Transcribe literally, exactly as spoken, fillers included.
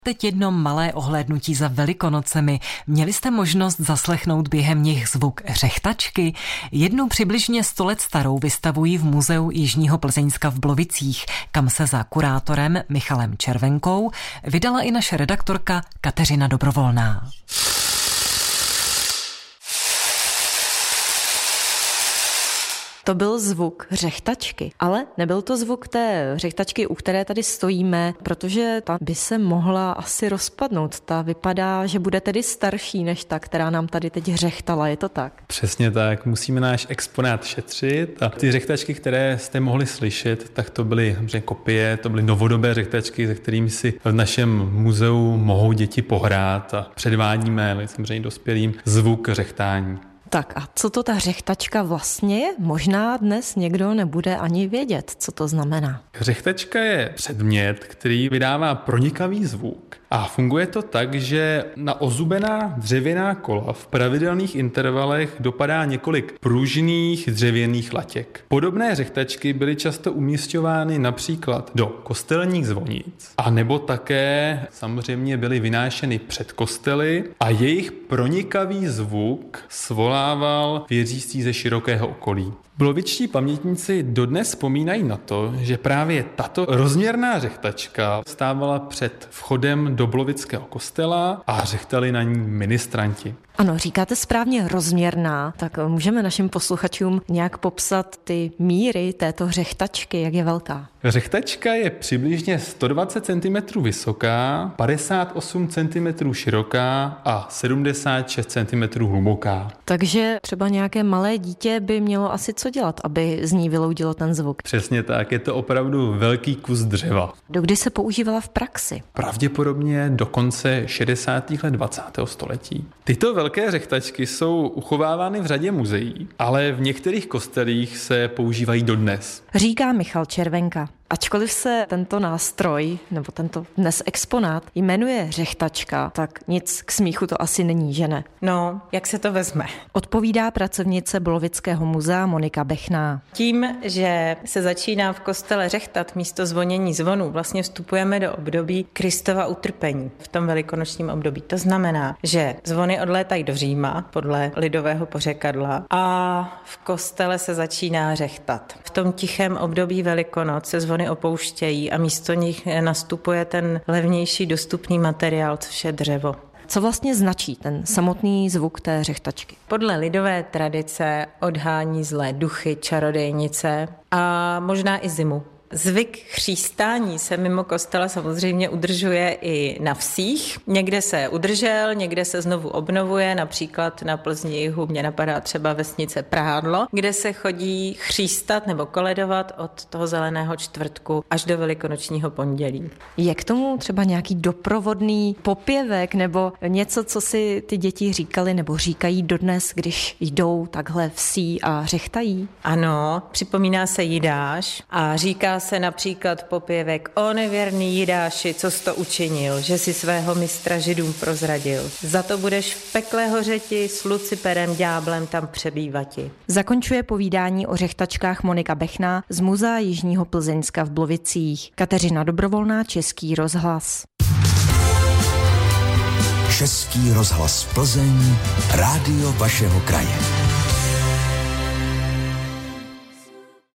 Teď jedno malé ohlédnutí za Velikonocemi. Měli jste možnost zaslechnout během nich zvuk řechtačky? Jednu přibližně sto let starou vystavují v Muzeu Jižního Plzeňska v Blovicích, kam se za kurátorem Michalem Červenkou vydala i naše redaktorka Kateřina Dobrovolná. To byl zvuk řechtačky, ale nebyl to zvuk té řechtačky, u které tady stojíme, protože ta by se mohla asi rozpadnout. Ta vypadá, že bude tedy starší než ta, která nám tady teď řechtala, je to tak? Přesně tak, musíme náš exponát šetřit a ty řechtačky, které jste mohli slyšet, tak to byly kopie, to byly novodobé řechtačky, se kterými si v našem muzeu mohou děti pohrát a předvádíme samozřejmě dospělým zvuk řechtání. Tak a co to ta řechtačka vlastně je? Možná dnes někdo nebude ani vědět, co to znamená. Řechtačka je předmět, který vydává pronikavý zvuk. A funguje to tak, že na ozubená dřevěná kola v pravidelných intervalech dopadá několik pružných dřevěných latěk. Podobné řechtačky byly často umísťovány například do kostelních zvonic, a nebo také samozřejmě byly vynášeny před kostely a jejich pronikavý zvuk svolával věřící ze širokého okolí. Blovičtí pamětníci dodnes vzpomínají na to, že právě tato rozměrná řechtačka stávala před vchodem do Blovického kostela a řechtali na ní ministranti. Ano, říkáte správně rozměrná, tak můžeme našim posluchačům nějak popsat ty míry této řechtačky, jak je velká? Řechtačka je přibližně sto dvacet centimetrů vysoká, padesát osm centimetrů široká a sedmdesát šest centimetrů hluboká. Takže třeba nějaké malé dítě by mělo asi co dělat, aby z ní vyloudilo ten zvuk? Přesně tak, je to opravdu velký kus dřeva. Dokdy se používala v praxi? Pravděpodobně do konce šedesátých let dvacátého století. Tyto velké řechtačky jsou uchovávány v řadě muzeí, ale v některých kostelích se používají dodnes. Říká Michal Červenka. Ačkoliv se tento nástroj, nebo tento dnes exponát, jmenuje řechtačka, tak nic k smíchu to asi není, že ne? No, jak se to vezme? Odpovídá pracovnice Blovického muzea Monika Bechná. Tím, že se začíná v kostele řechtat místo zvonění zvonů, vlastně vstupujeme do období Kristova utrpení v tom velikonočním období. To znamená, že zvony odlétají do Říma podle lidového pořekadla a v kostele se začíná řechtat. V tom tichém období Velikonoc se zvony opouštějí a místo nich nastupuje ten levnější dostupný materiál, což je dřevo. Co vlastně značí ten samotný zvuk té řechtačky? Podle lidové tradice odhání zlé duchy, čarodejnice a možná i zimu. Zvyk chřístání se mimo kostela samozřejmě udržuje i na vsích. Někde se udržel, někde se znovu obnovuje, například na Plzni jihu mě napadá třeba vesnice Prádlo, kde se chodí chřístat nebo koledovat od toho zeleného čtvrtku až do velikonočního pondělí. Je k tomu třeba nějaký doprovodný popěvek nebo něco, co si ty děti říkali nebo říkají dodnes, když jdou takhle vsí a řechtají? Ano, připomíná se Jidáš a říká se například popěvek: O nevěrný Jidáši, co jsi to učinil, že si svého mistra Židům prozradil. Za to budeš v pekle hořeti, s Luciperem ďáblem tam přebývati. Zakončuje povídání o řechtačkách Monika Bechná z Muzea Jižního Plzeňska v Blovicích. Kateřina Dobrovolná, Český rozhlas. Český rozhlas Plzeň, rádio vašeho kraje.